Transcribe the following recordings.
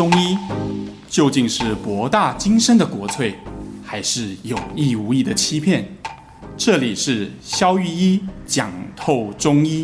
中医究竟是博大精深的国粹，还是有意无意的欺骗？这里是萧御医讲透中医。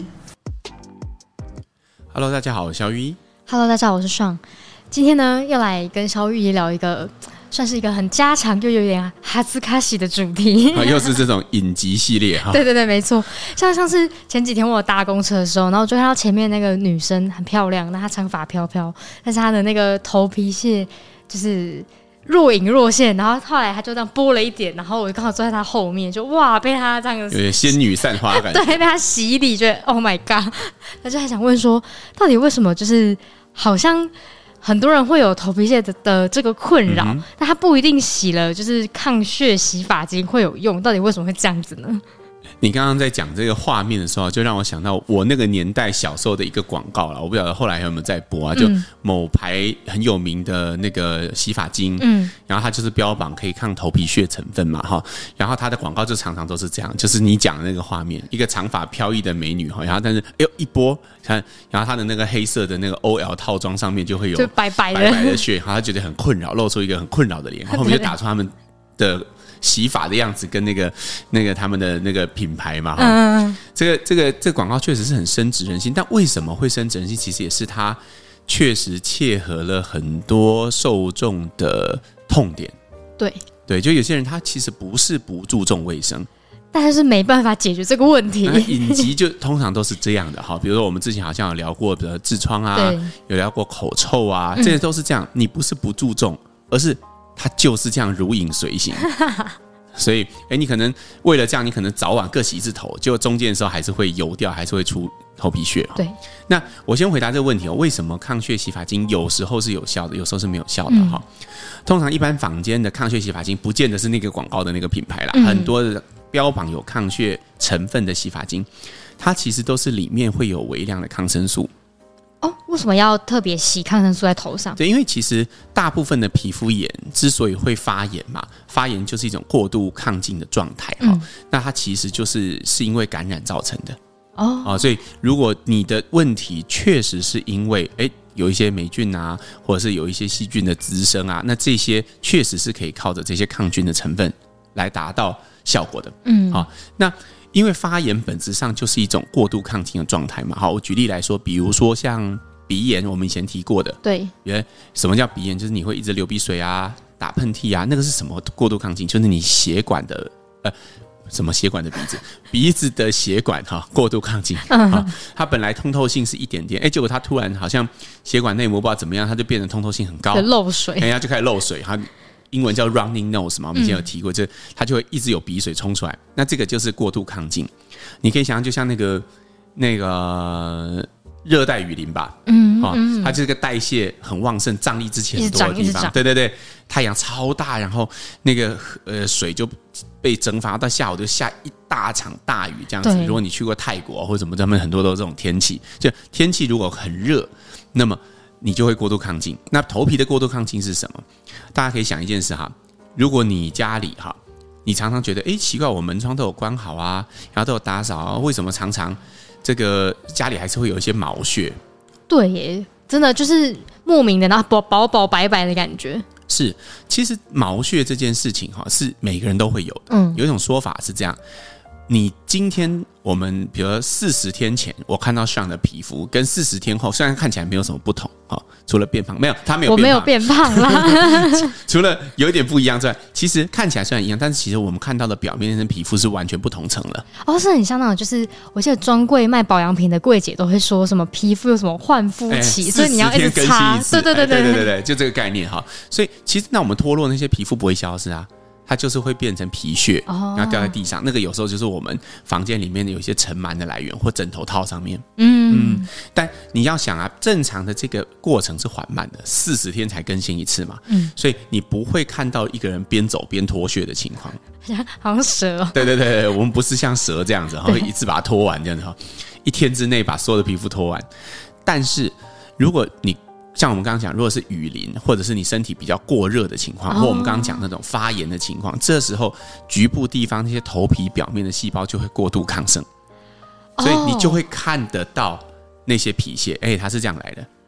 Hello， 大家好，我是萧御医。 Hello， 大家好，我是爽。今天呢，要来跟萧御医聊一个算是一个很家常又有点哈兹卡西的主题。 又是这种影集系列哈。 对对对，没错。像是前几天我搭公车的时候，然后就看到前面那个女生很漂亮，那她长发飘飘，但是她的那个头皮屑就是若隐若现，然后后来她就这样拨了一点，然后我刚好坐在她后面，就哇被她这样有点仙女散花的感觉。 对，被她洗礼，觉得 Oh my God， 她就还想问说，到底为什么就是好像很多人会有头皮屑 的这个困扰，但他不一定洗了就是抗血洗发精会有用，到底为什么会这样子呢？ 你刚刚在讲这个画面的时候，就让我想到我那个年代小时候的一个广告了，我不晓得后来有没有在播啊？就某牌很有名的那个洗发精，然后它就是标榜可以抗头皮屑成分嘛，哈，然后它的广告就常常都是这样，就是你讲的那个画面，一个长发飘逸的美女哈，然后但是一拨看，然后她的那个黑色的那个 OL 套装上面就会有就白白的屑，然后她觉得很困扰，露出一个很困扰的脸，后面就打出他们的洗发的样子跟那个他们的那个品牌嘛，这个广告确实是很深植人心，但为什么会深植人心？其实也是它确实切合了很多受众的痛点。对，就有些人他其实不是不注重卫生， 但是没办法解决这个问题。 影集就通常都是这样的哈，比如说我们之前好像有聊过的痔疮啊，有聊过口臭啊，这些都是这样。你不是不注重，而是它就是这样如影随形。所以你可能为了这样，你可能早晚各洗一次头，结果中间的时候还是会油掉，还是会出头皮屑。 对， 那我先回答这个问题，为什么抗血洗发精有时候是有效的，有时候是没有效的哈？通常一般坊间的抗血洗发精不见得是那个广告的那个品牌啦，很多的标榜有抗血成分的洗发精，它其实都是里面会有微量的抗生素。 为什么要特别洗抗生素在头上？ 对，因为其实大部分的皮肤炎之所以会发炎嘛，发炎就是一种过度亢进的状态，那它其实是因为感染造成的。所以如果你的问题确实是因为有一些霉菌啊，或者是有一些细菌的滋生啊，那这些确实是可以靠着这些抗菌的成分来达到效果的。那因为发炎本质上就是一种过度亢进的状态嘛。好，我举例来说，比如说像鼻炎，我们以前提过的。对，什么叫鼻炎？就是你会一直流鼻水啊、打喷嚏啊，那个是什么过度亢进？就是你血管的什么血管的鼻子的血管过度亢进。它本来通透性是一点点，结果它突然好像血管内膜不知道怎么样，它就变成通透性很高， 漏水， 它就开始漏水，它英文叫 running nose 嘛，我们以前有提过，就它就会一直有鼻水冲出来，那这个就是过度亢进。你可以想象，就像那个热带雨林吧，它就是个代谢很旺盛、瘴疠之气很多的地方。对对对，太阳超大，然后那个水就被蒸发，到下午就下一大场大雨这样子。如果你去过泰国或者什么，他们很多都是这种天气。就天气如果很热，那么你就会过度亢进。那头皮的过度亢进是什么？大家可以想一件事哈，如果你家里你常常觉得奇怪，我门窗都有关好啊，然后都有打扫啊，为什么常常这个家里还是会有一些毛屑？ 对耶，真的就是莫名的，然后薄薄白白的感觉。 是，其实毛屑这件事情是每个人都会有的。有一种说法是这样，你今天我们比如说40天前我看到Sean的皮肤跟40天后虽然看起来没有什么不同，除了变胖，没有，他没有变胖， 我没有变胖啦除了有一点不一样之外，其实看起来虽然一样，但是其实我们看到的表面的皮肤是完全不同层了。 是很像那种，就是我记得专柜卖保养品的柜姐都会说什么皮肤有什么换肤期，所以你要一直擦。 对，就这个概念。所以其实那我们脱落那些皮肤不会消失啊，它就是会变成皮屑，然后掉在地上。那个有时候就是我们房间里面有一些尘螨的来源，或枕头套上面。但你要想啊，正常的这个过程是缓慢的，40天才更新一次嘛。所以你不会看到一个人边走边脱屑的情况， 好像蛇哦。 对，我们不是像蛇这样子，会一次把它脱完这样子，1天之内把所有的皮肤脱完。但是如果你像我们刚刚讲，如果是雨淋，或者是你身体比较过热的情况，或我们刚刚讲那种发炎的情况，这时候局部地方那些头皮表面的细胞就会过度亢盛，所以你就会看得到那些皮屑，它是这样来的。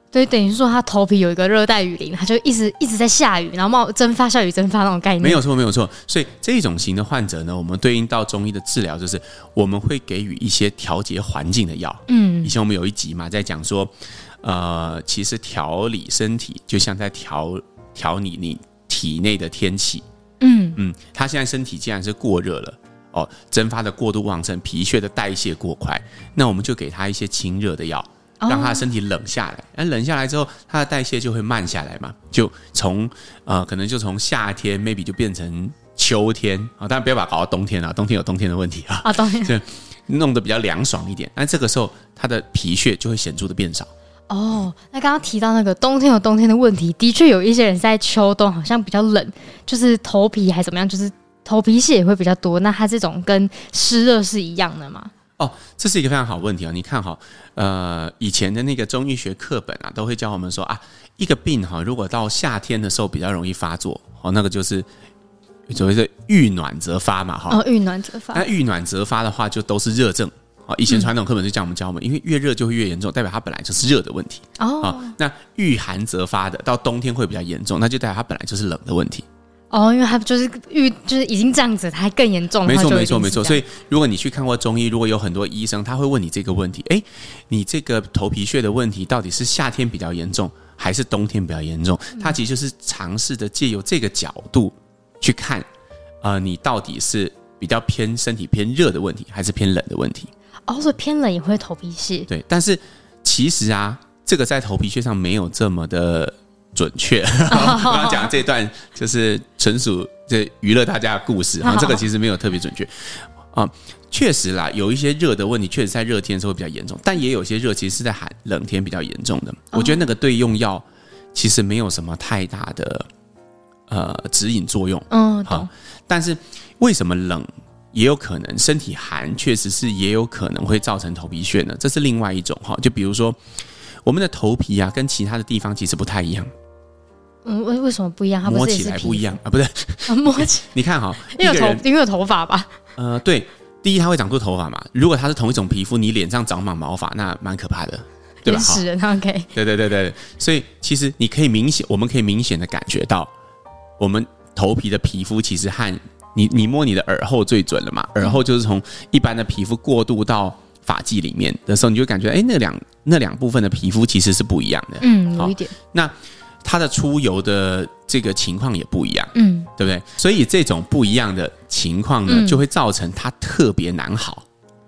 对，等于说他头皮有一个热带雨林，他就一直在下雨，然后蒸发下雨蒸发那种概念。 没有错，没有错。所以这种型的患者呢，我们对应到中医的治疗，就是我们会给予一些调节环境的药。以前我们有一集嘛，在讲说，其实调理身体就像在调你体内的天气。他现在身体既然是过热了，蒸发的过度旺盛，脾血的代谢过快，那我们就给他一些清热的药。让他的身体冷下来，冷下来之后，他的代谢就会慢下来嘛，就可能就从夏天 maybe 就变成秋天啊，当然不要把它搞到冬天了，冬天有冬天的问题啊， 冬天就弄得比较凉爽一点，但这个时候他的脾血就会显著的变少。 那刚刚提到那个冬天有冬天的问题，的确有一些人在秋冬好像比较冷，就是头皮还怎么样，就是头皮屑也会比较多，那他这种跟湿热是一样的吗？ 这是一个非常好的问题你看以前的那个中医学课本都会教我们说一个病如果到夏天的时候比较容易发作那个就是所谓的遇暖则发嘛遇暖则发。 那遇暖则发的话，就都是热症以前传统课本就教我们，因为越热就会越严重，代表它本来就是热的问题那遇寒则发的，到冬天会比较严重，那就代表它本来就是冷的问题。 因为他就是已经这样子，他还更严重。 没错。所以如果你去看过中医，如果有很多医生他会问你这个问题，你这个头皮屑的问题到底是夏天比较严重，还是冬天比较严重？他其实就是尝试的借由这个角度去看，你到底是比较身体偏热的问题，还是偏冷的问题？ 所以偏冷也会头皮屑。 对，但是其实这个在头皮屑上没有这么的准确。我刚刚讲的这段就是纯属娱乐大家的故事这个其实没有特别准确确实啦，有一些热的问题确实在热天的时候会比较严重，但也有些热其实是在冷天比较严重的。我觉得那个对用药其实没有什么太大的指引作用。但是为什么冷也有可能，身体寒确实是也有可能会造成头皮屑呢？这是另外一种就比如说我们的头皮跟其他的地方其实不太一样。 为什么不一样？它不是也是摸起来不一样不对摸起你看因为有头发吧？ 对，第一它会长出头发嘛。如果它是同一种皮肤，你脸上长满毛发，那蛮可怕的，对吧？ 原始人 OK。 对，所以其实我们可以明显的感觉到，我们头皮的皮肤其实和你摸你的耳后最准了嘛。耳后就是从一般的皮肤过渡到发际里面的时候，你就感觉那两部分的皮肤其实是不一样的。 有一点。 那它的出油的这个情况也不一样，对不对？所以这种不一样的情况呢，就会造成它特别难好。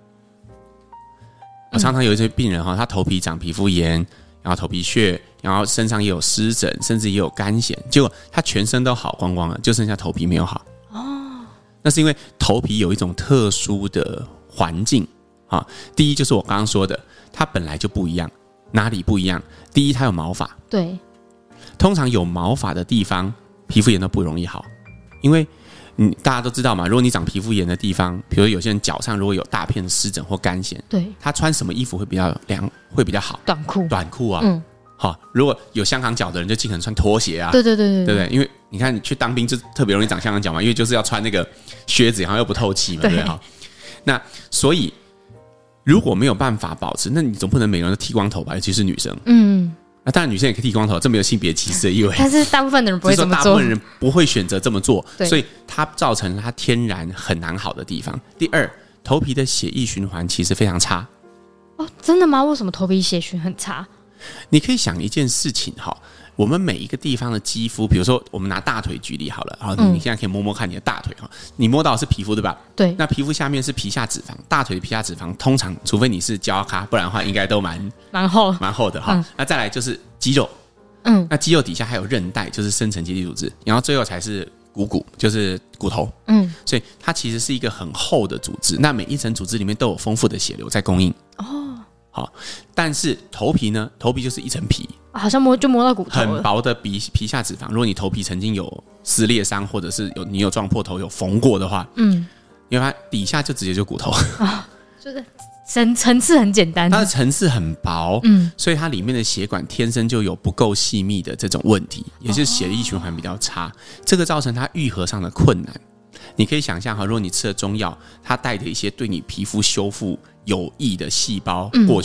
我常常有一些病人他头皮长皮肤炎，然后头皮屑，然后身上也有湿疹，甚至也有干癣，结果他全身都好光光了，就剩下头皮没有好。那是因为头皮有一种特殊的环境第一就是我刚刚说的，它本来就不一样。哪里不一样？第一，它有毛发。 对。 通常有毛发的地方，皮肤炎都不容易好，因为大家都知道嘛，如果你长皮肤炎的地方，比如有些人脚上如果有大片的湿疹或干癣， 对， 他穿什么衣服会比较凉，会比较好？短裤如果有香港脚的人，就尽可能穿拖鞋对，对不对？因为你看你去当兵就特别容易长香港脚嘛，因为就是要穿那个靴子，然后又不透气嘛，对不对？那所以如果没有办法保持，那你总不能每个人都剃光头吧？尤其是女生。那当然，女生也可以剃光头，这没有性别歧视的意味。 但是大部分的人不会这么做， 大部分人不会选择这么做，所以它造成它天然很难好的地方。第二，头皮的血液循环其实非常差。 真的吗？为什么头皮血循很差？ 你可以想一件事情我们每一个地方的肌肤，比如说我们拿大腿举例好了，你现在可以摸摸看你的大腿你摸到的是皮肤对吧？ 对。 那皮肤下面是皮下脂肪，大腿的皮下脂肪通常除非你是胶咖，不然的话应该都蛮厚的那再来就是肌肉，那肌肉底下还有韧带，就是深层结締组织，然后最后才是骨，就是骨头，所以它其实是一个很厚的组织。那每一层组织里面都有丰富的血流在供应。但是头皮呢？头皮就是一层皮， 好像就摸到骨头了， 很薄的皮下脂肪。如果你头皮曾经有撕裂伤，或者是你有撞破头、有缝过的话，因为它底下就直接就骨头就是层次很简单， 它的层次很薄，所以它里面的血管天生就有不够细密的这种问题，也就是血液循环比较差，这个造成它愈合上的困难。你可以想象如果你吃了中药，它带着一些对你皮肤修复有益的细胞过去，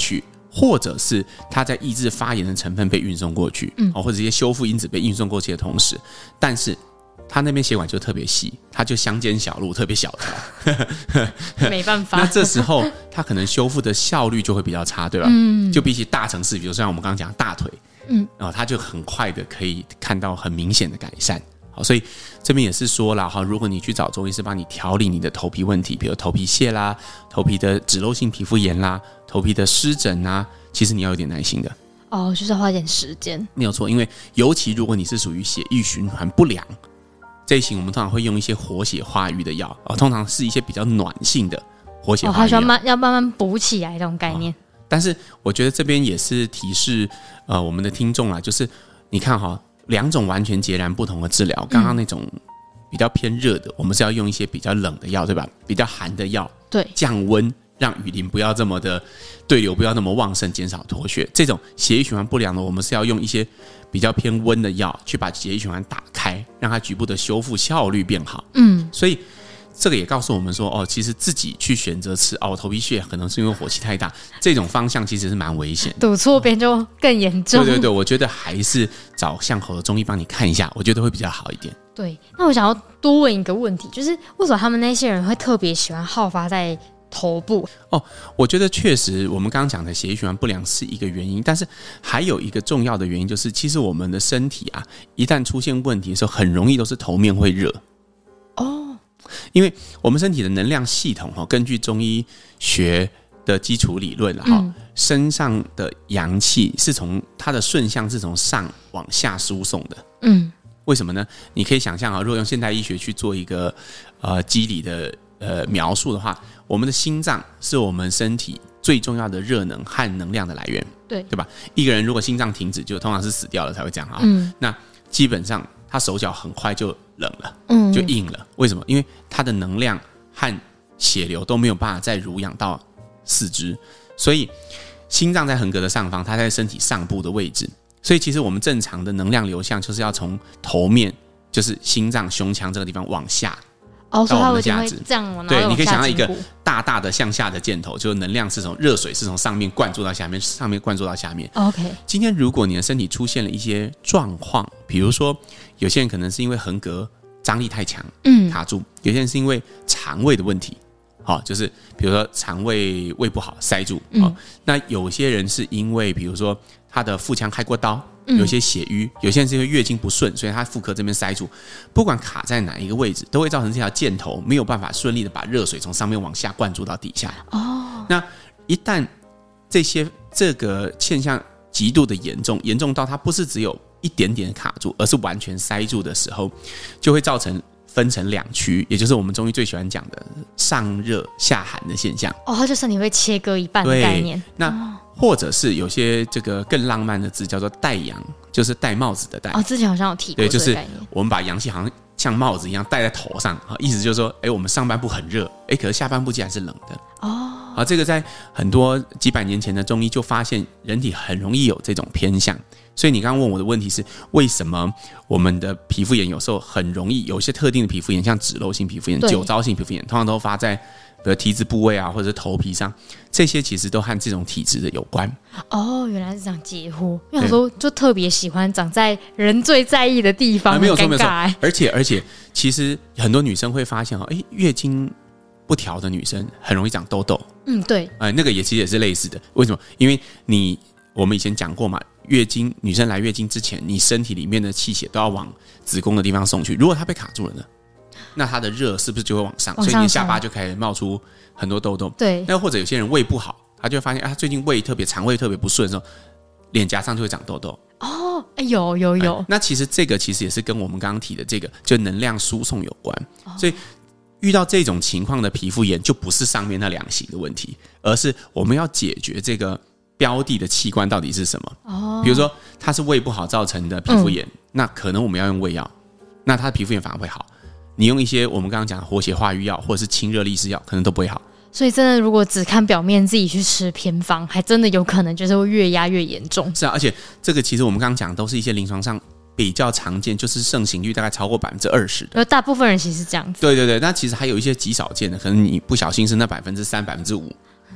或者是它在抑制发炎的成分被运送过去，或者一些修复因子被运送过去的同时，但是它那边血管就特别细，它就乡间小路特别小条， 没办法。 那这时候它可能修复的效率就会比较差，对吧？就比起大城市，比如像我们刚刚讲大腿，它就很快的可以看到很明显的改善。好，所以这边也是说了哈，如果你去找中医师帮你调理你的头皮问题，比如头皮屑啦、头皮的脂漏性皮肤炎啦、头皮的湿疹啊，其实你要有点耐心的。 就是要花点时间。 没有错，因为尤其如果你是属于血液循环不良这一型，我们通常会用一些活血化瘀的药，通常是一些比较暖性的活血化瘀药， 要慢慢补起来这种概念。 但是我觉得这边也是提示我们的听众啦，就是你看哈，两种完全截然不同的治疗，刚刚那种比较偏热的，我们是要用一些比较冷的药，对吧？比较寒的药， 对， 降温，让雨淋不要这么的对流不要那么旺盛，减少脱血。这种血液循环不良的，我们是要用一些比较偏温的药去把血液循环打开，让它局部的修复效率变好。所以这个也告诉我们说，其实自己去选择吃头皮屑可能是因为火气太大，这种方向其实是蛮危险的， 堵错边就更严重。 对，我觉得还是找巷口的中医帮你看一下，我觉得会比较好一点。 对，那我想要多问一个问题，就是为什么他们那些人会特别喜欢好发在头部？ 我觉得确实我们刚刚讲的血液循环不良是一个原因，但是还有一个重要的原因就是，其实我们的身体啊，一旦出现问题的时候，很容易都是头面会热。因为我们身体的能量系统根据中医学的基础理论身上的阳气是从它的顺向是从上往下输送的。为什么呢？你可以想象如果用现代医学去做一个机理的描述的话，我们的心脏是我们身体最重要的热能和能量的来源，对吧？一个人如果心脏停止，就通常是死掉了才会这样那基本上他手脚很快就冷了，就硬了。为什么？因为他的能量和血流都没有办法再濡养到四肢，所以心脏在横膈的上方，它在身体上部的位置。所以其实我们正常的能量流向就是要从头面，就是心脏胸腔这个地方往下。 所以它会这样， 对，你可以想到一个大大的向下的箭头，就是能量是从热水是从上面灌注到下面，上面灌注到下面。 OK， 今天如果你的身体出现了一些状况，比如说有些人可能是因为横膈张力太强，卡住；有些人是因为肠胃的问题，就是比如说肠胃不好塞住，那有些人是因为比如说他的腹腔开过刀，有些血瘀，有些人是因为月经不顺，所以他妇科这边塞住。不管卡在哪一个位置，都会造成这条箭头没有办法顺利的把热水从上面往下灌注到底下。那一旦这个现象极度的严重到它不是只有一点点卡住，而是完全塞住的时候，就会造成分成两区，也就是我们中医最喜欢讲的上热下寒的现象。 它就身体会切割一半的概念。 那或者是有些这个更浪漫的字叫做戴阳，就是戴帽子的戴。 之前好像有提过这个概念。 就是我们把阳气好像帽子一样戴在头上，意思就是说，我们上半部很热，可是下半部竟然是冷的。这个在很多几百年前的中医就发现人体很容易有这种偏向。所以你刚刚问我的问题是，为什么我们的皮肤炎有时候很容易有一些特定的皮肤炎，像脂漏性皮肤炎、酒糟性皮肤炎，通常都发在比如T字部位啊，或者是头皮上，这些其实都和这种体质的有关。 原来是这样解惑。因为有时候就特别喜欢长在人最在意的地方， 没有错，没有错。而且，其实很多女生会发现月经不调的女生很容易长痘痘。 对。 那个其实也是类似的。为什么？因为我们以前讲过嘛，女生来月经之前，你身体里面的气血都要往子宫的地方送去。如果它被卡住了呢，那它的热是不是就会往上？所以你的下巴就开始冒出很多痘痘。 对。 那或者有些人胃不好，他就会发现他最近肠胃特别不顺的时候，脸颊上就会长痘痘。 有。 那其实这个其实也是跟我们刚刚提的这个就能量输送有关。所以遇到这种情况的皮肤炎，就不是上面那两型的问题，而是我们要解决这个标的的器官到底是什么。比如说它是胃不好造成的皮肤炎，那可能我们要用胃药，那它的皮肤炎反而会好。你用一些我们刚刚讲的活血化瘀药或者是清热利湿药，可能都不会好。 所以真的如果只看表面，自己去吃偏方，还真的有可能就是会越压越严重。 是啊，而且这个其实我们刚刚讲都是一些临床上比较常见，就是盛行率大概超过20%的。 大部分人其实是这样子。 对，那其实还有一些极少见的，可能你不小心是那3%、5%。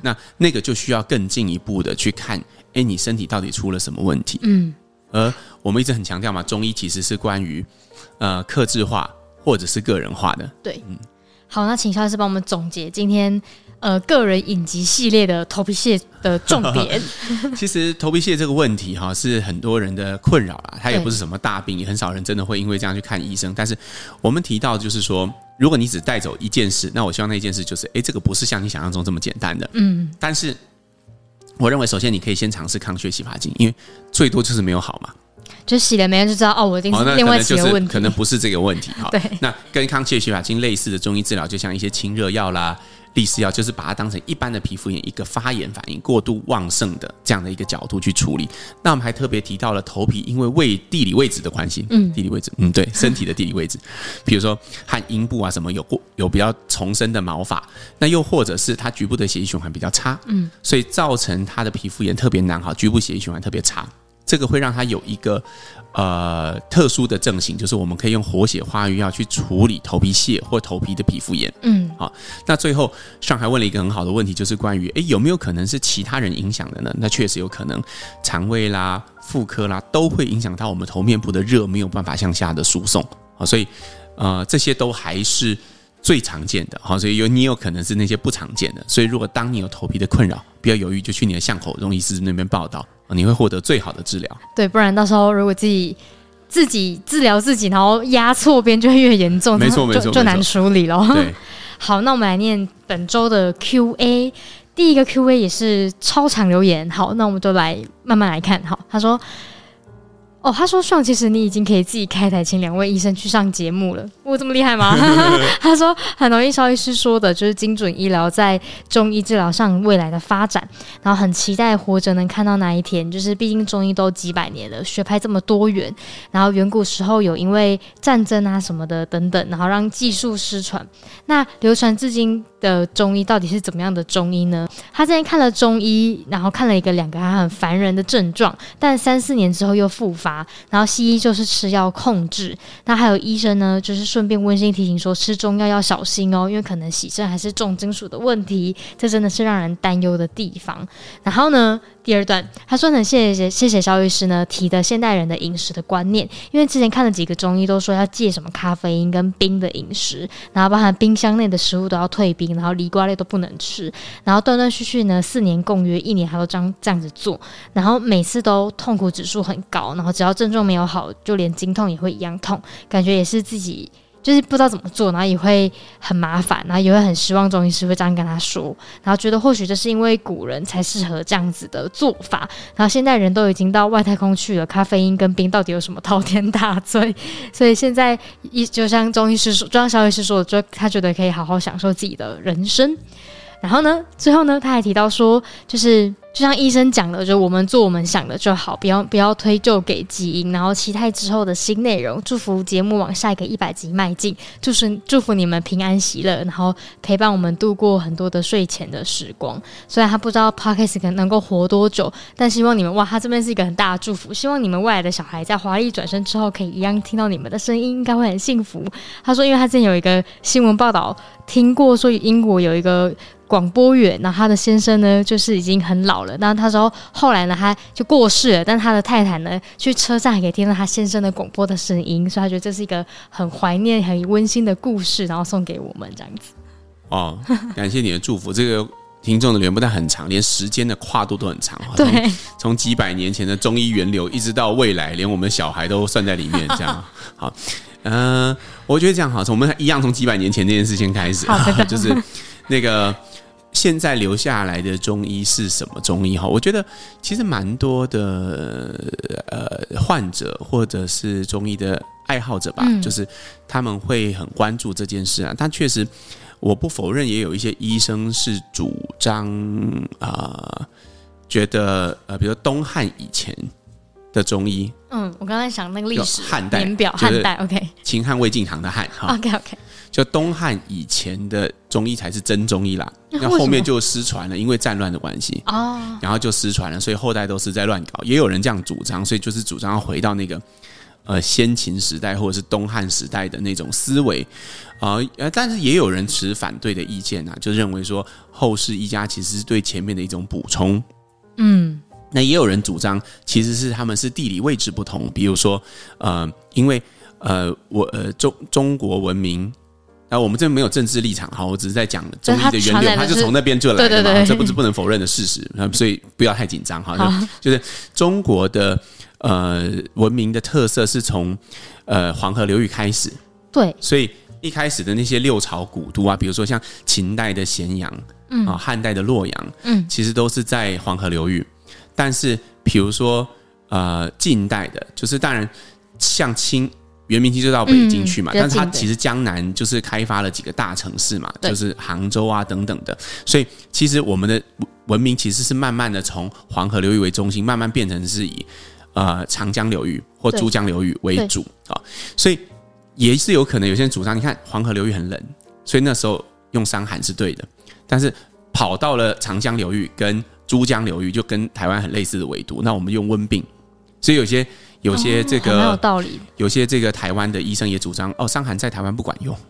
那个就需要更进一步的去看，你身体到底出了什么问题。而我们一直很强调嘛，中医其实是关于客制化或者是个人化的。 对，好，那请肖医师帮我们总结今天个人影集系列的头皮屑的重点。 其实头皮屑这个问题是很多人的困扰啦，它也不是什么大病，也很少人真的会因为这样去看医生。但是我们提到就是说，如果你只带走一件事，那我希望那件事就是这个不是像你想象中这么简单的。但是我认为首先你可以先尝试抗屑洗发精，因为最多就是没有好嘛， 就洗了没人就知道我一定是另外几个问题， 可能不是这个问题。 对， 那跟抗屑洗发精类似的中医治疗，就像一些清热药啦、利湿药，就是把它当成一般的皮肤炎一个发炎反应过度旺盛的这样的一个角度去处理。那我们还特别提到了头皮，因为地理位置的关系，地理位置，对，身体的地理位置，比如说和阴部啊什么有比较丛生的毛发，那又或者是它局部的血液循环比较差，所以造成它的皮肤炎特别难好，局部血液循环特别差。这个会让它有一个特殊的症型，就是我们可以用活血化瘀药去处理头皮屑或头皮的皮肤炎。好，那最后上海问了一个很好的问题，就是关于有没有可能是其他人影响的呢？那确实有可能，肠胃啦、妇科啦都会影响到我们头面部的热没有办法向下的输送。所以这些都还是最常见的，所以你有可能是那些不常见的。所以如果当你有头皮的困扰，不要犹豫，就去你的巷口中医师那边报到，你会获得最好的治疗。 对，不然到时候如果自己治疗自己，然后压错边，就会越严重， 没错， 就难处理了。 对， 好，那我们来念本周的 Q&A。第一个 Q&A 也是超长留言，好，那我们就来慢慢来看。好，他说爽，其实你已经可以自己开台请2位医生去上节目了。我这么厉害吗？他说很同意肖医师说的，就是精准医疗在中医治疗上未来的发展，然后很期待活着能看到那一天。就是毕竟中医都几百年了，学派这么多元，然后远古时候有因为战争啊什么的等等，然后让技术失传。那流传至今的中医到底是怎么样的中医呢？他之前看了中医，然后看了2个他很烦人的症状，但3-4年之后又复发，然后西医就是吃药控制。那还有医生呢，就是顺便温馨提醒说，吃中药要小心哦，因为可能洗肾还是重金属的问题，这真的是让人担忧的地方。然后呢，第2段他说很谢谢肖医师呢提的现代人的饮食的观念，因为之前看了几个中医都说要戒什么咖啡因跟冰的饮食，然后包含冰箱内的食物都要退冰，然后梨瓜类都不能吃，然后断断续续呢4年共约1年还都这样子做，然后每次都痛苦指数很高，然后只要症状没有好，就连经痛也会一样痛，感觉也是自己就是不知道怎么做，然后也会很麻烦，然后也会很失望中医师会这样跟他说，然后觉得或许这是因为古人才适合这样子的做法，然后现代人都已经到外太空去了，咖啡因跟冰到底有什么滔天大罪？所以现在就像中医师说，就像肖医师说的，他觉得可以好好享受自己的人生。然后呢，最后呢，他还提到说，就像医生讲的，就是我们做我们想的就好，不要推就给基因，然后期待之后的新内容，祝福节目往下一个100集迈进，祝福你们平安喜乐，然后陪伴我们度过很多的睡前的时光。虽然他不知道 Podcast 可能够活多久，但希望你们他这边是一个很大的祝福，希望你们未来的小孩在华丽转身之后可以一样听到你们的声音，应该会很幸福。他说因为他之前有一个新闻报道听过说英国有一个广播员，然后他的先生呢就是已经很老了，然后他说后来呢他就过世了，但他的太太呢去车站还可以听到他先生的广播的声音，所以他觉得这是一个很怀念很温馨的故事，然后送给我们这样子。 哦，感谢你的祝福。这个听众的留言不但很长，连时间的跨度都很长。 对， 从几百年前的中医源流一直到未来，连我们小孩都算在里面，这样。好，我觉得这样好，我们一样从几百年前这件事先开始，就是那个现在留下来的中医是什么中医？我觉得其实蛮多的患者或者是中医的爱好者吧，就是他们会很关注这件事啊。但确实，我不否认，也有一些医生是主张觉得比如东汉以前的中医， 我刚才想那个历史汉代年表，汉代 OK， 秦汉魏晋唐的汉 OK， 就东汉以前的中医才是真中医啦，那后面就失传了，因为战乱的关系然后就失传了，所以后代都是在乱搞，也有人这样主张，所以就是主张要回到那个先秦时代或者是东汉时代的那种思维但是也有人持反对的意见啊，就认为说后世医家其实是对前面的一种补充。那也有人主张其实是他们是地理位置不同，比如说因为中国文明。我们这没有政治立场，好，我只是在讲中医的源流，它就从那边就来了嘛，这不是不能否认的事实，所以不要太紧张哈。就是中国的文明的特色是从黄河流域开始， 对， 所以一开始的那些六朝古都啊，比如说像秦代的咸阳，汉代的洛阳，其实都是在黄河流域。但是比如说近代的，就是当然像元明清就到北京去嘛，但是它其实江南就是开发了几个大城市嘛，就是杭州啊等等的，所以其实我们的文明其实是慢慢的从黄河流域为中心，慢慢变成是以长江流域或珠江流域为主所以也是有可能有些人主张，你看黄河流域很冷，所以那时候用伤寒是对的，但是跑到了长江流域跟珠江流域就跟台湾很类似的纬度，那我们用温病，所以有些这个蛮有道理， 有些这个台湾的医生也主张伤寒在台湾不管用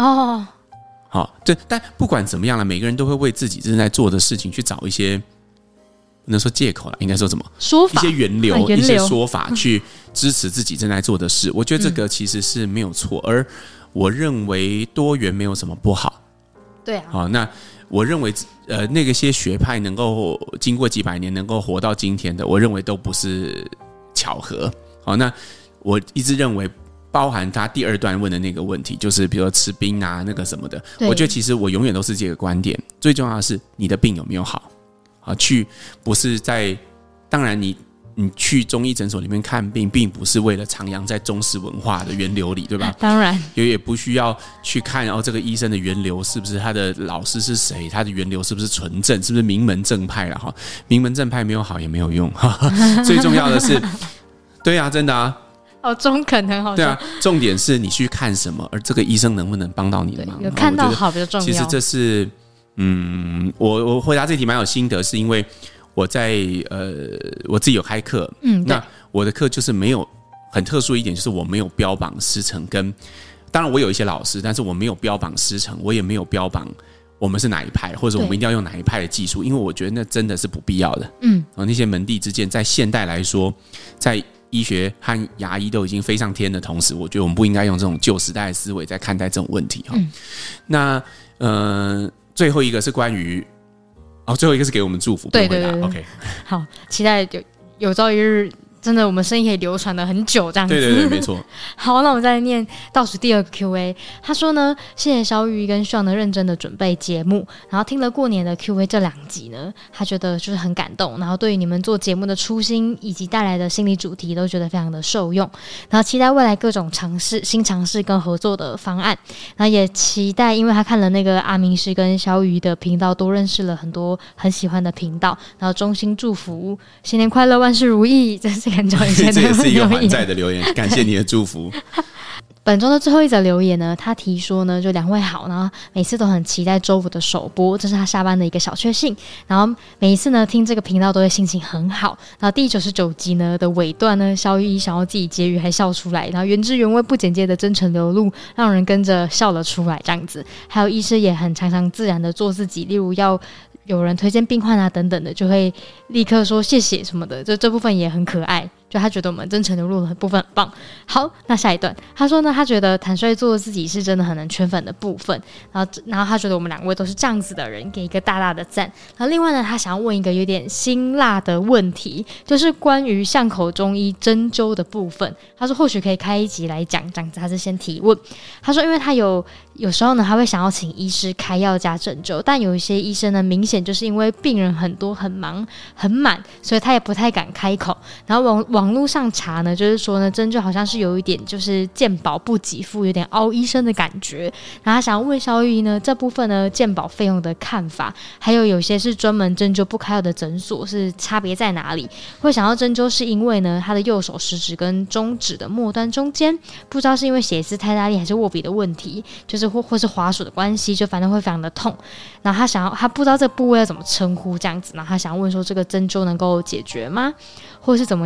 但不管怎么样了，每个人都会为自己正在做的事情去找一些不能说借口了，应该说什么说法， 一些源流一些说法去支持自己正在做的事。我觉得这个其实是没有错，而我认为多元没有什么不好。 对啊， 那我认为那个些学派能够经过几百年能够活到今天的，我认为都不是巧合。那我一直认为包含他第二段问的那个问题，就是比如说吃冰啊那个什么的，我觉得其实我永远都是这个观点，最重要的是你的病有没有好去不是在当然你去中医诊所里面看病并不是为了徜徉在中式文化的源流里，对吧？ 当然也不需要去看这个医生的源流是不是他的老师是谁，他的源流是不是纯正，是不是名门正派啦名门正派没有好也没有用最重要的是对啊，真的啊， 好中肯，很好笑。 对啊，重点是你去看什么，而这个医生能不能帮到你的忙？ 有看到好比较重要。 其实这是我回答这题蛮有心得，是因为我在我自己有开课，那我的课就是没有很特殊一点，就是我没有标榜师承跟，当然我有一些老师，但是我没有标榜师承，我也没有标榜我们是哪一派，或者我们一定要用哪一派的技术，因为我觉得那真的是不必要的。那些门第之间，在现代来说，在医学和牙医都已经飞上天的同时，我觉得我们不应该用这种旧时代的思维在看待这种问题。那最后一个是关于最后一个是给我们祝福， 对 OK， 好，期待有朝一日真的我们声音可以流传的很久这样子。 对，没错。 好，那我们再来念倒数第二个 Q&A。他说呢，谢谢小雨跟Sean的认真的准备节目，然后听了过年的 Q&A 这2集呢，他觉得就是很感动，然后对于你们做节目的初心以及带来的心理主题都觉得非常的受用，然后期待未来各种新尝试跟合作的方案，然后也期待因为他看了那个阿明师跟小雨的频道，多认识了很多很喜欢的频道，然后衷心祝福新年快乐，万事如意。这是很久以前的这也是一个还债的留言，感谢你的祝福。 本周的最后一则留言呢，他提说呢，就2位好，然后每次都很期待周五的首播，这是他下班的一个小确幸。然后每一次呢听这个频道都会心情很好。然后第99集呢的尾段呢，小雨想要自己结语还笑出来，然后原汁原味不剪接的真诚流露，让人跟着笑了出来这样子。还有医师也很常常自然的做自己，例如要有人推荐病患啊等等的，就会立刻说谢谢什么的，这部分也很可爱。就他觉得我们真诚流露的部分很棒。好，那下一段他说呢，他觉得坦率做自己是真的很能圈粉的部分，然后他觉得我们2位都是这样子的人，给一个大大的赞。然后另外呢，他想要问一个有点辛辣的问题，就是关于巷口中医针灸的部分。他说或许可以开一集来讲这样子，他是先提问。他说因为他有时候呢，他会想要请医师开药加针灸，但有一些医生呢，明显就是因为病人很多很忙很满，所以他也不太敢开口。然后网络上查呢，就是说呢，针灸好像是有一点就是健保不给付，有点凹医生的感觉。然后他想要问小雨呢，这部分呢健保费用的看法，还有些是专门针灸不开药的诊所是差别在哪里？会想要针灸是因为呢，他的右手食指跟中指的末端中间，不知道是因为写字太大力还是握笔的问题，就是或是滑鼠的关系，就反正会非常的痛。然后他不知道这个部位要怎么称呼这样子，然后他想要问说这个针灸能够解决吗？或是怎么样处理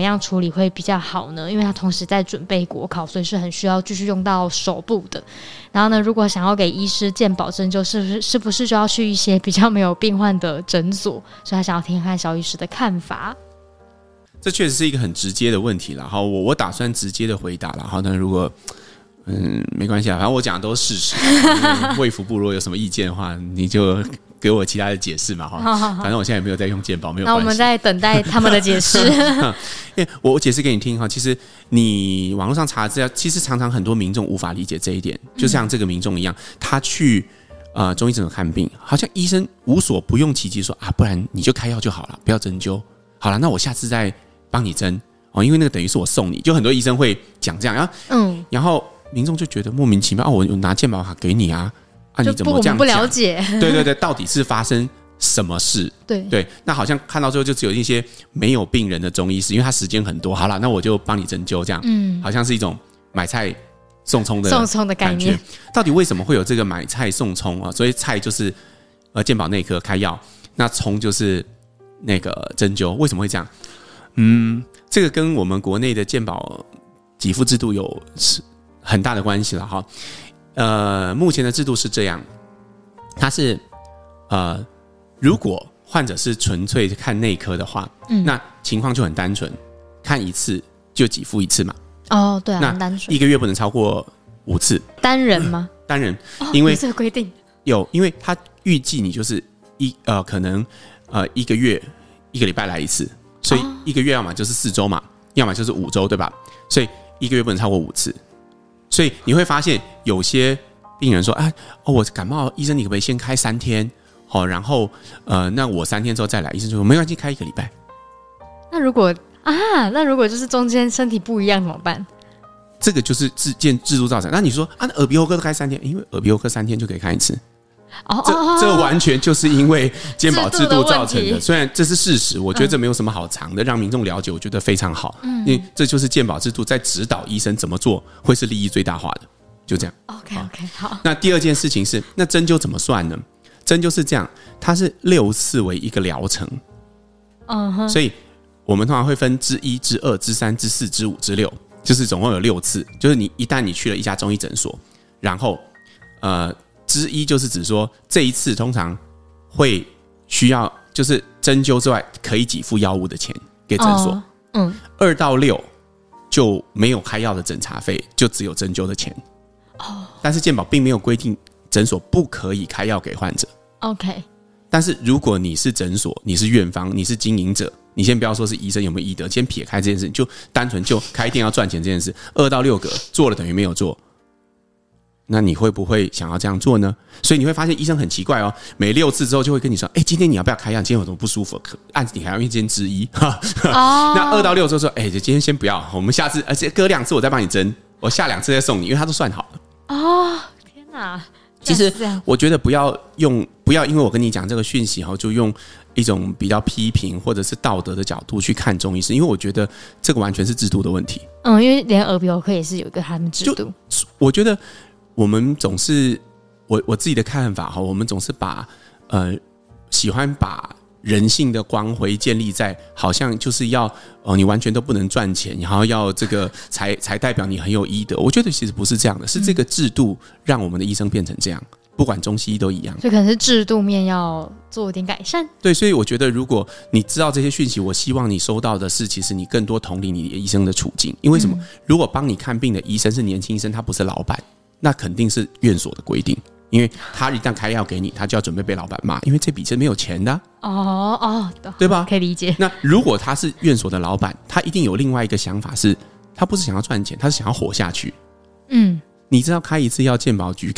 理会比较好呢？因为他同时在准备国考，所以是很需要继续用到手部的。然后呢，如果想要给医师健保针灸，是不是就要去一些比较没有病患的诊所？所以他想要听看萧医师的看法。 这确实是一个很直接的问题啦。好，我打算直接的回答啦。好，那如果没关系啊，反正我讲的都是事实。卫福部如果有什么意见的话，你就给我其他的解释嘛。哈，反正我现在也没有在用健保，没有关系。 那我们在等待他们的解释。 因为我解释给你听哈，其实你网络上查资料，其实常常很多民众无法理解这一点，就像这个民众一样，他去中医诊所看病，好像医生无所不用其极说啊，不然你就开药就好了，不要针灸。好了，那我下次再帮你针哦，因为那个等于是我送你，就很多医生会讲这样，然后民众就觉得莫名其妙，我拿健保卡给你啊，你怎么这样讲？ 不了解， 对，到底是发生什么事？对，那好像看到最后就只有一些没有病人的中医师，因为他时间很多，好了，那我就帮你针灸，这样，好像是一种买菜送葱的概念。到底为什么会有这个买菜送葱啊？所以菜就是健保内科开药，那葱就是那个针灸，为什么会这样？这个跟我们国内的健保给付制度有很大的关系了哈。目前的制度是这样，它是如果患者是纯粹看内科的话，那情况就很单纯，看一次就给付一次嘛。 哦，对啊，很单纯， 一个月不能超过5次。 单人吗？ 单人，因为有这个规定有，因为他预计你就是可能一个月1个礼拜来一次，所以一个月要么就是4周嘛，要么就是5周，对吧？所以一个月不能超过5次。所以你会发现有些病人说我感冒，医生你可不可以先开3天？然后那我3天之后再来，医生就说没关系，开1个礼拜。 那如果就是中间身体不一样怎么办？ 这个就是制度造成。那你说耳鼻喉科都开3天，因为耳鼻喉科3天就可以开一次。这完全就是因为健保制度造成的。虽然这是事实，我觉得这没有什么好藏的，让民众了解，我觉得非常好。因为这就是健保制度在指导医生怎么做会是利益最大化的，就这样。 OK， 好。 那第二件事情是，那针灸怎么算呢？针灸是这样，它是6次为一个疗程。所以我们通常会分之1、之2、之3、之4、之5、之6，就是总共有6次。就是一旦你去了一家中医诊所，然后之1就是指说这一次通常会需要就是针灸之外可以给付药物的钱给诊所。2到6就没有开药的诊查费，就只有针灸的钱。但是健保并没有规定诊所不可以开药给患者。 OK。 但是如果你是诊所，你是院方，你是经营者，你先不要说是医生有没有医德，先撇开这件事，就单纯就开店要赚钱这件事，2到6个做了等于没有做，那你会不会想要这样做呢？所以你会发现医生很奇怪哦，每6次之后就会跟你说，今天你要不要开药？你今天有什么不舒服？按你还要1天之1。那2到6之后说，今天先不要，我们下次而且隔2次我再帮你针，我下2次再送你，因为他都算好了。 天哪！ 其实我觉得不要因为我跟你讲这个讯息就用一种比较批评或者是道德的角度去看中医师，因为我觉得这个完全是制度的问题。 因为连耳鼻喉科也是有一个他们制度。 我觉得我们总是我自己的看法我们总是把喜欢把人性的光辉建立在好像就是要你完全都不能赚钱，然后要这个才代表你很有医德。我觉得其实不是这样的，是这个制度让我们的医生变成这样，不管中西医都一样。 所以可能是制度面要做一点改善。 对，所以我觉得如果你知道这些讯息，我希望你收到的是其实你更多同理你的医生的处境。因为什么？如果帮你看病的医生是年轻医生，他不是老板，那肯定是院所的规定。因为他一旦开药给你，他就要准备被老板骂，因为这笔是没有钱的。对吧？ 可以理解。 那如果他是院所的老板，他一定有另外一个想法是，他不是想要赚钱，他是想要活下去。你知道开一次药健保局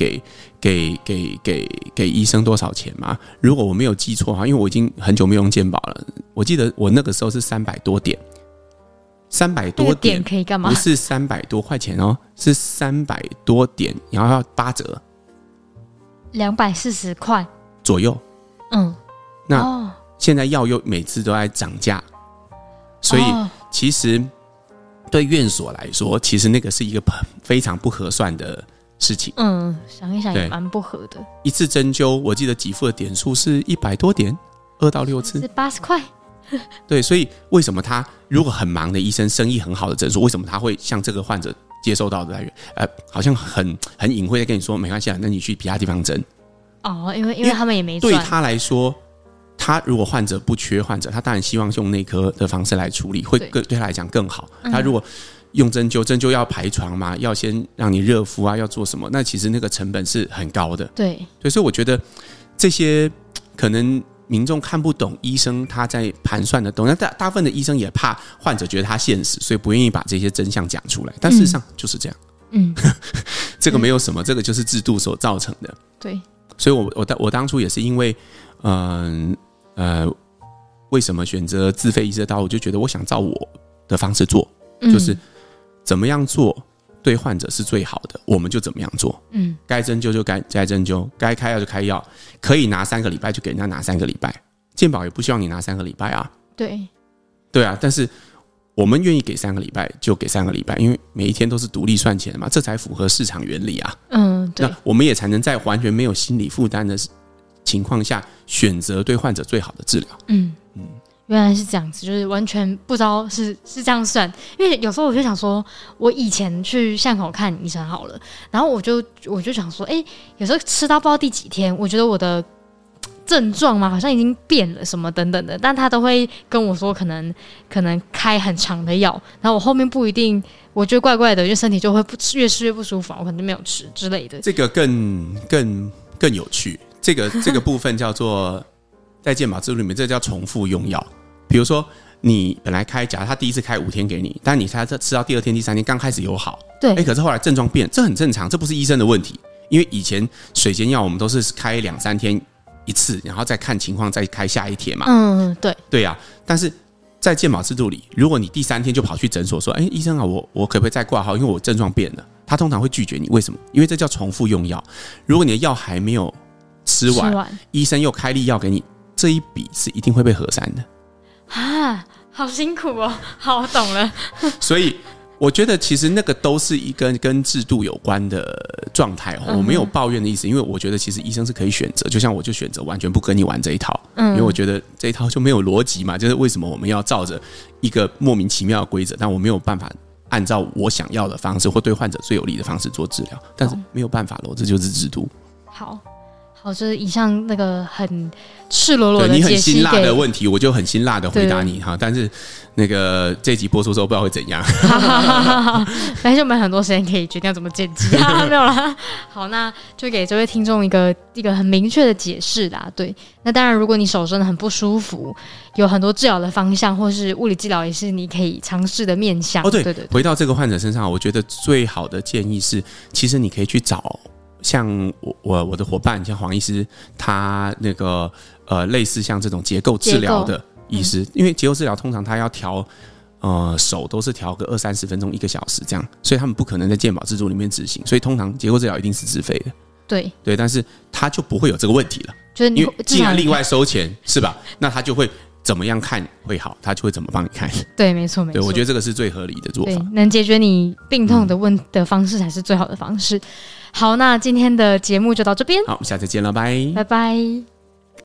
给医生多少钱吗？如果我没有记错，因为我已经很久没有用健保了，我记得我那个时候是300多点。300多点可以干嘛？ 不是300多块钱是300多点，然后要8折 ，240块左右。那现在药又每次都在涨价，所以其实对院所来说，其实那个是一个非常不合算的事情。 想一想也蛮不合的。 一次针灸，我记得给付的点数是100多点，2到6次是80块。 对，所以为什么他如果很忙的医生，生意很好的诊所，为什么他会向这个患者接收到的来源？好像很隐晦的跟你说，没关系啊，那你去其他地方诊。 哦，因为他们也没赚。 对他来说，他如果患者不缺患者，他当然希望用内科的方式来处理，会对他来讲更好。他如果用针灸要排床嘛，要先让你热敷啊，要做什么？那其实那个成本是很高的。 对， 所以我觉得这些可能民众看不懂医生他在盘算的东西，大部分的医生也怕患者觉得他现实，所以不愿意把这些真相讲出来。但事实上就是这样。这个没有什么，这个就是制度所造成的。 对， 所以我当初也是因为为什么选择自费医师的道路，我就觉得我想照我的方式做，就是怎么样做对患者是最好的，我们就怎么样做。该针灸就该针灸，该开药就开药，可以拿3个礼拜就给人家拿3个礼拜。健保也不希望你拿3个礼拜啊。对啊，但是我们愿意给3个礼拜就给3个礼拜，因为每一天都是独立算钱的嘛，这才符合市场原理啊。 对， 那我们也才能在完全没有心理负担的情况下，选择对患者最好的治疗。 原来是这样子，就是完全不知道是这样算。因为有时候我就想说，我以前去巷口看医生好了，然后我就想说，有时候吃到不知道第几天，我觉得我的症状嘛好像已经变了什么等等的，但他都会跟我说可能开很长的药，然后我后面不一定，我觉得怪怪的，因为身体就会越吃越不舒服，我可能就没有吃之类的。 这个更有趣，这个部分叫做在健保制度里面，这叫重复用药。比如说你本来假如他第一次开5天给你，但你才吃到第2天、第3天，刚开始有好， 对， 可是后来症状变，这很正常，这不是医生的问题，因为以前水煎药我们都是开2-3天一次，然后再看情况再开下一帖嘛。对啊，但是在健保制度里，如果你第3天就跑去诊所说，医生啊，我可不可以再挂号？因为我症状变了，他通常会拒绝你。为什么？因为这叫重复用药。如果你的药还没有吃完，医生又开立药给你，这一笔是一定会被核删的。 好辛苦哦。好，我懂了。所以我觉得其实那个都是一个跟制度有关的状态。我没有抱怨的意思，因为我觉得其实医生是可以选择，就像我就选择完全不跟你玩这一套，因为我觉得这一套就没有逻辑嘛，就是为什么我们要照着一个莫名其妙的规则，但我没有办法按照我想要的方式或对患者最有利的方式做治疗，但是没有办法咯，这就是制度。好，就是以上那个很赤裸裸的解析，你很辛辣的问题，我就很辛辣的回答你哈。但是那个这集播出之后不知道会怎样。 但是我们很多时间可以决定要怎么剪辑啊，没有啦。好，那就给这位听众一个很明确的解释啦。对，那当然，如果你手真的很不舒服，有很多治疗的方向，或是物理治疗也是你可以尝试的面向。 对，回到这个患者身上，我觉得最好的建议是，其实你可以去找。像我的伙伴，像黄医师，他那个类似像这种结构治疗的医师，因为结构治疗通常他要调手都是调个20-30分钟1个小时这样，所以他们不可能在健保制度里面执行，所以通常结构治疗一定是自费的。对，但是他就不会有这个问题了，就是因为既然另外收钱是吧？那他就会怎么样看会好，他就会怎么帮你看。 对，没错。对， 我觉得这个是最合理的做法。对， 能解决你病痛的方式才是最好的方式。好，那今天的节目就到这边。 好，下次见了，拜拜。